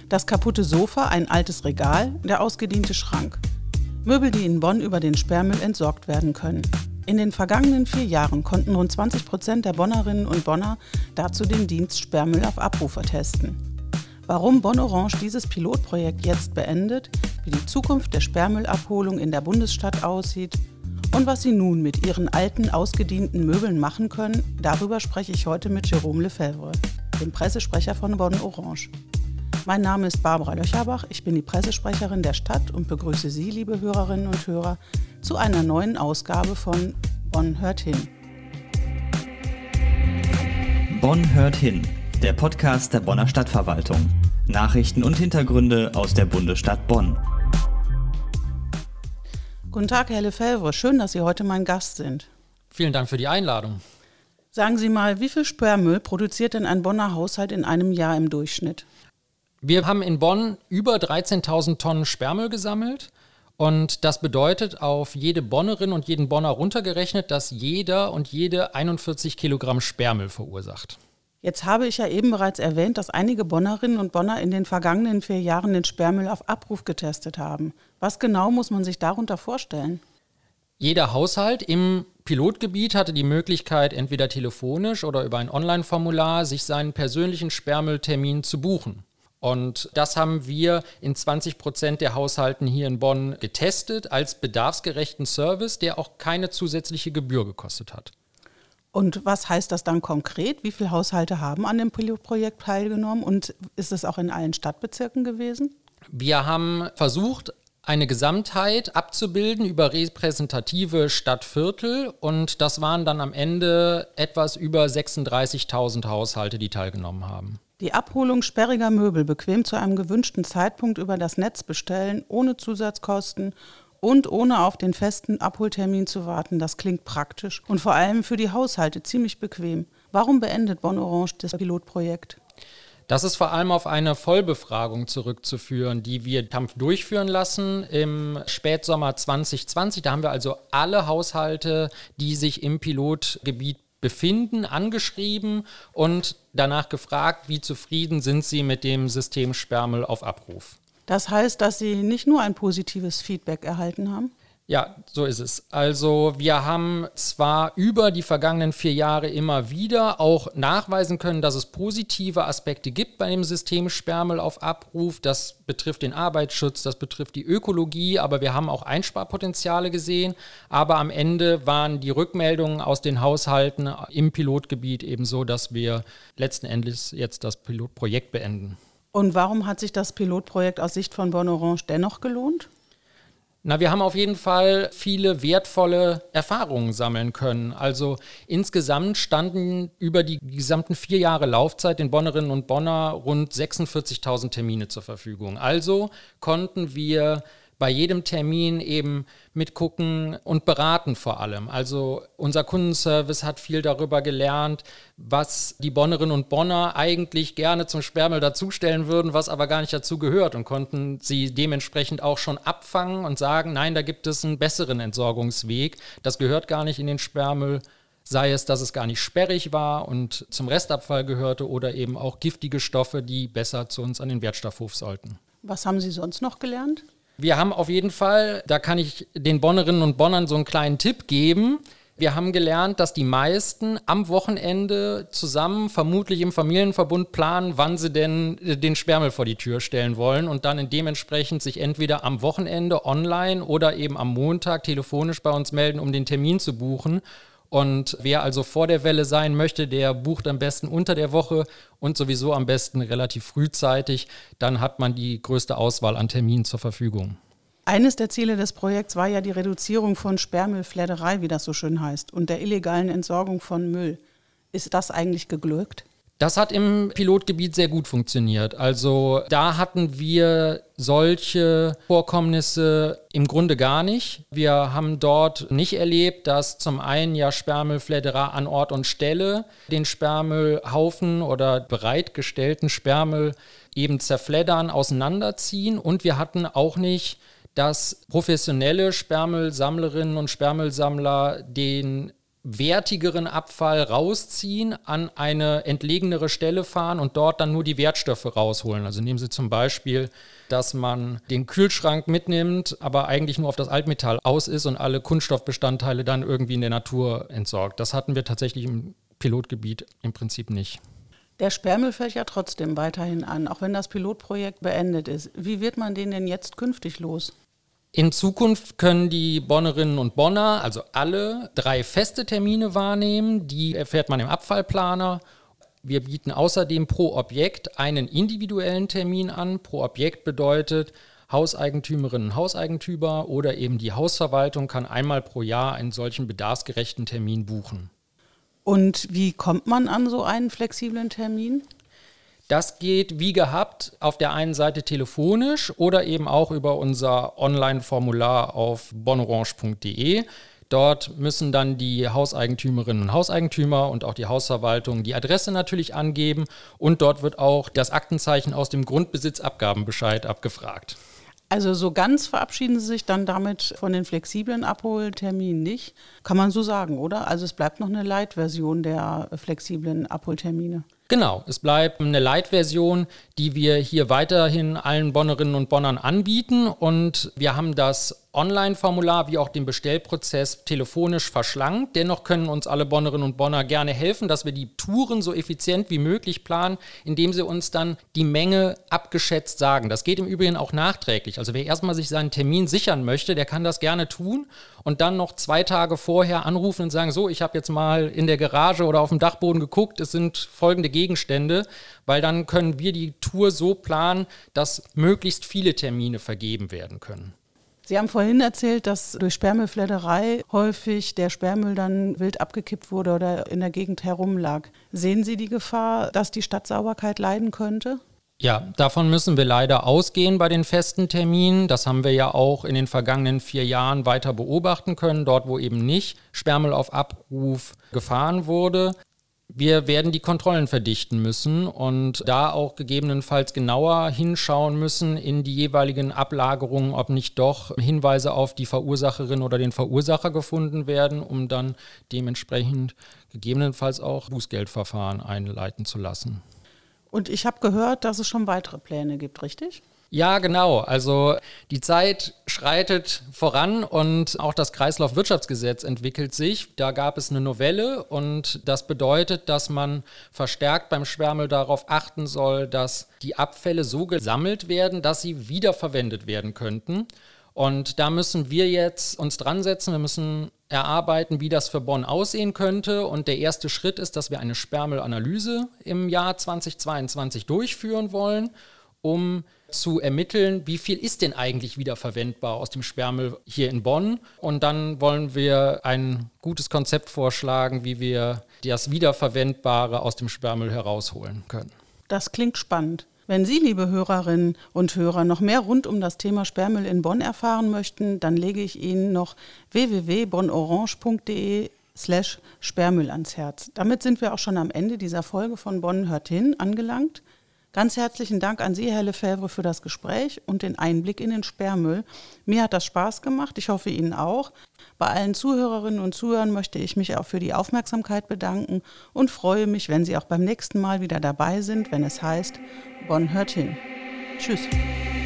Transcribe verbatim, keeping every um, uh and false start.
Das kaputte Sofa, ein altes Regal, der ausgediente Schrank. Möbel, die in Bonn über den Sperrmüll entsorgt werden können. In den vergangenen vier Jahren konnten rund zwanzig Prozent der Bonnerinnen und Bonner dazu den Dienst Sperrmüll auf Abruf testen. Warum Bonn Orange dieses Pilotprojekt jetzt beendet, wie die Zukunft der Sperrmüllabholung in der Bundesstadt aussieht und was sie nun mit ihren alten, ausgedienten Möbeln machen können, darüber spreche ich heute mit Jérôme Lefebvre, dem Pressesprecher von Bonn Orange. Mein Name ist Barbara Löcherbach, ich bin die Pressesprecherin der Stadt und begrüße Sie, liebe Hörerinnen und Hörer, zu einer neuen Ausgabe von Bonn hört hin. Bonn hört hin, der Podcast der Bonner Stadtverwaltung. Nachrichten und Hintergründe aus der Bundesstadt Bonn. Guten Tag, Herr Lefebvre, schön, dass Sie heute mein Gast sind. Vielen Dank für die Einladung. Sagen Sie mal, wie viel Sperrmüll produziert denn ein Bonner Haushalt in einem Jahr im Durchschnitt? Wir haben in Bonn über dreizehntausend Tonnen Sperrmüll gesammelt und das bedeutet auf jede Bonnerin und jeden Bonner runtergerechnet, dass jeder und jede einundvierzig Kilogramm Sperrmüll verursacht. Jetzt habe ich ja eben bereits erwähnt, dass einige Bonnerinnen und Bonner in den vergangenen vier Jahren den Sperrmüll auf Abruf getestet haben. Was genau muss man sich darunter vorstellen? Jeder Haushalt im Pilotgebiet hatte die Möglichkeit, entweder telefonisch oder über ein Online-Formular sich seinen persönlichen Sperrmülltermin zu buchen. Und das haben wir in zwanzig Prozent der Haushalten hier in Bonn getestet als bedarfsgerechten Service, der auch keine zusätzliche Gebühr gekostet hat. Und was heißt das dann konkret? Wie viele Haushalte haben an dem Pilotprojekt teilgenommen und ist es auch in allen Stadtbezirken gewesen? Wir haben versucht, eine Gesamtheit abzubilden über repräsentative Stadtviertel und das waren dann am Ende etwas über sechsunddreißigtausend Haushalte, die teilgenommen haben. Die Abholung sperriger Möbel bequem zu einem gewünschten Zeitpunkt über das Netz bestellen, ohne Zusatzkosten und ohne auf den festen Abholtermin zu warten, das klingt praktisch und vor allem für die Haushalte ziemlich bequem. Warum beendet Bonn Orange das Pilotprojekt? Das ist vor allem auf eine Vollbefragung zurückzuführen, die wir haben durchführen lassen im Spätsommer zwanzig zwanzig. Da haben wir also alle Haushalte, die sich im Pilotgebiet befinden, angeschrieben und danach gefragt, wie zufrieden sind sie mit dem System Sperrmüll auf Abruf. Das heißt, dass Sie nicht nur ein positives Feedback erhalten haben? Ja, so ist es. Also wir haben zwar über die vergangenen vier Jahre immer wieder auch nachweisen können, dass es positive Aspekte gibt bei dem System Sperrmüll auf Abruf. Das betrifft den Arbeitsschutz, das betrifft die Ökologie, aber wir haben auch Einsparpotenziale gesehen. Aber am Ende waren die Rückmeldungen aus den Haushalten im Pilotgebiet eben so, dass wir letzten Endes jetzt das Pilotprojekt beenden. Und warum hat sich das Pilotprojekt aus Sicht von Bonn Orange dennoch gelohnt? Na, wir haben auf jeden Fall viele wertvolle Erfahrungen sammeln können. Also insgesamt standen über die gesamten vier Jahre Laufzeit den Bonnerinnen und Bonner rund sechsundvierzigtausend Termine zur Verfügung. Also konnten wir bei jedem Termin eben mitgucken und beraten vor allem. Also unser Kundenservice hat viel darüber gelernt, was die Bonnerinnen und Bonner eigentlich gerne zum Sperrmüll dazustellen würden, was aber gar nicht dazu gehört und konnten sie dementsprechend auch schon abfangen und sagen, nein, da gibt es einen besseren Entsorgungsweg. Das gehört gar nicht in den Sperrmüll. Sei es, dass es gar nicht sperrig war und zum Restabfall gehörte oder eben auch giftige Stoffe, die besser zu uns an den Wertstoffhof sollten. Was haben Sie sonst noch gelernt? Wir haben auf jeden Fall, da kann ich den Bonnerinnen und Bonnern so einen kleinen Tipp geben. Wir haben gelernt, dass die meisten am Wochenende zusammen, vermutlich im Familienverbund, planen, wann sie denn den Sperrmüll vor die Tür stellen wollen und dann dementsprechend sich entweder am Wochenende online oder eben am Montag telefonisch bei uns melden, um den Termin zu buchen. Und wer also vor der Welle sein möchte, der bucht am besten unter der Woche und sowieso am besten relativ frühzeitig. Dann hat man die größte Auswahl an Terminen zur Verfügung. Eines der Ziele des Projekts war ja die Reduzierung von Sperrmüllfledderei, wie das so schön heißt, und der illegalen Entsorgung von Müll. Ist das eigentlich geglückt? Das hat im Pilotgebiet sehr gut funktioniert. Also da hatten wir solche Vorkommnisse im Grunde gar nicht. Wir haben dort nicht erlebt, dass zum einen ja Sperrmüllfledderer an Ort und Stelle den Sperrmüllhaufen oder bereitgestellten Sperrmüll eben zerfleddern, auseinanderziehen. Und wir hatten auch nicht, dass professionelle Sperrmüllsammlerinnen und Sperrmüllsammler den wertigeren Abfall rausziehen, an eine entlegenere Stelle fahren und dort dann nur die Wertstoffe rausholen. Also nehmen Sie zum Beispiel, dass man den Kühlschrank mitnimmt, aber eigentlich nur auf das Altmetall aus ist und alle Kunststoffbestandteile dann irgendwie in der Natur entsorgt. Das hatten wir tatsächlich im Pilotgebiet im Prinzip nicht. Der Sperrmüll fällt ja trotzdem weiterhin an, auch wenn das Pilotprojekt beendet ist. Wie wird man den denn jetzt künftig los? In Zukunft können die Bonnerinnen und Bonner, also alle, drei feste Termine wahrnehmen. Die erfährt man im Abfallplaner. Wir bieten außerdem pro Objekt einen individuellen Termin an. Pro Objekt bedeutet, Hauseigentümerinnen und Hauseigentümer oder eben die Hausverwaltung kann einmal pro Jahr einen solchen bedarfsgerechten Termin buchen. Und wie kommt man an so einen flexiblen Termin? Das geht wie gehabt auf der einen Seite telefonisch oder eben auch über unser Online-Formular auf bonnorange punkt de. Dort müssen dann die Hauseigentümerinnen und Hauseigentümer und auch die Hausverwaltung die Adresse natürlich angeben und dort wird auch das Aktenzeichen aus dem Grundbesitzabgabenbescheid abgefragt. Also so ganz verabschieden Sie sich dann damit von den flexiblen Abholterminen nicht, kann man so sagen, oder? Also es bleibt noch eine Light-Version der flexiblen Abholtermine. Genau, es bleibt eine Light-Version, die wir hier weiterhin allen Bonnerinnen und Bonnern anbieten und wir haben das Online-Formular wie auch den Bestellprozess telefonisch verschlankt. Dennoch können uns alle Bonnerinnen und Bonner gerne helfen, dass wir die Touren so effizient wie möglich planen, indem sie uns dann die Menge abgeschätzt sagen. Das geht im Übrigen auch nachträglich. Also wer erstmal sich seinen Termin sichern möchte, der kann das gerne tun und dann noch zwei Tage vorher anrufen und sagen, so, ich habe jetzt mal in der Garage oder auf dem Dachboden geguckt, es sind folgende Gegenstände, weil dann können wir die Tour so planen, dass möglichst viele Termine vergeben werden können. Sie haben vorhin erzählt, dass durch Sperrmüllfledderei häufig der Sperrmüll dann wild abgekippt wurde oder in der Gegend herumlag. Sehen Sie die Gefahr, dass die Stadtsauberkeit leiden könnte? Ja, davon müssen wir leider ausgehen bei den festen Terminen. Das haben wir ja auch in den vergangenen vier Jahren weiter beobachten können, dort wo eben nicht Sperrmüll auf Abruf gefahren wurde. Wir werden die Kontrollen verdichten müssen und da auch gegebenenfalls genauer hinschauen müssen in die jeweiligen Ablagerungen, ob nicht doch Hinweise auf die Verursacherin oder den Verursacher gefunden werden, um dann dementsprechend gegebenenfalls auch Bußgeldverfahren einleiten zu lassen. Und ich habe gehört, dass es schon weitere Pläne gibt, richtig? Ja, genau. Also die Zeit schreitet voran und auch das Kreislaufwirtschaftsgesetz entwickelt sich. Da gab es eine Novelle und das bedeutet, dass man verstärkt beim Sperrmüll darauf achten soll, dass die Abfälle so gesammelt werden, dass sie wiederverwendet werden könnten. Und da müssen wir jetzt uns dran setzen. Wir müssen erarbeiten, wie das für Bonn aussehen könnte. Und der erste Schritt ist, dass wir eine Sperrmüllanalyse im Jahr zweitausendzweiundzwanzig durchführen wollen, um zu ermitteln, wie viel ist denn eigentlich wiederverwendbar aus dem Sperrmüll hier in Bonn. Und dann wollen wir ein gutes Konzept vorschlagen, wie wir das Wiederverwendbare aus dem Sperrmüll herausholen können. Das klingt spannend. Wenn Sie, liebe Hörerinnen und Hörer, noch mehr rund um das Thema Sperrmüll in Bonn erfahren möchten, dann lege ich Ihnen noch w w w punkt bonnorange punkt de slash Sperrmüll ans Herz. Damit sind wir auch schon am Ende dieser Folge von Bonn hört hin angelangt. Ganz herzlichen Dank an Sie, Herr Lefebvre, für das Gespräch und den Einblick in den Sperrmüll. Mir hat das Spaß gemacht, ich hoffe Ihnen auch. Bei allen Zuhörerinnen und Zuhörern möchte ich mich auch für die Aufmerksamkeit bedanken und freue mich, wenn Sie auch beim nächsten Mal wieder dabei sind, wenn es heißt Bonn hört hin. Tschüss.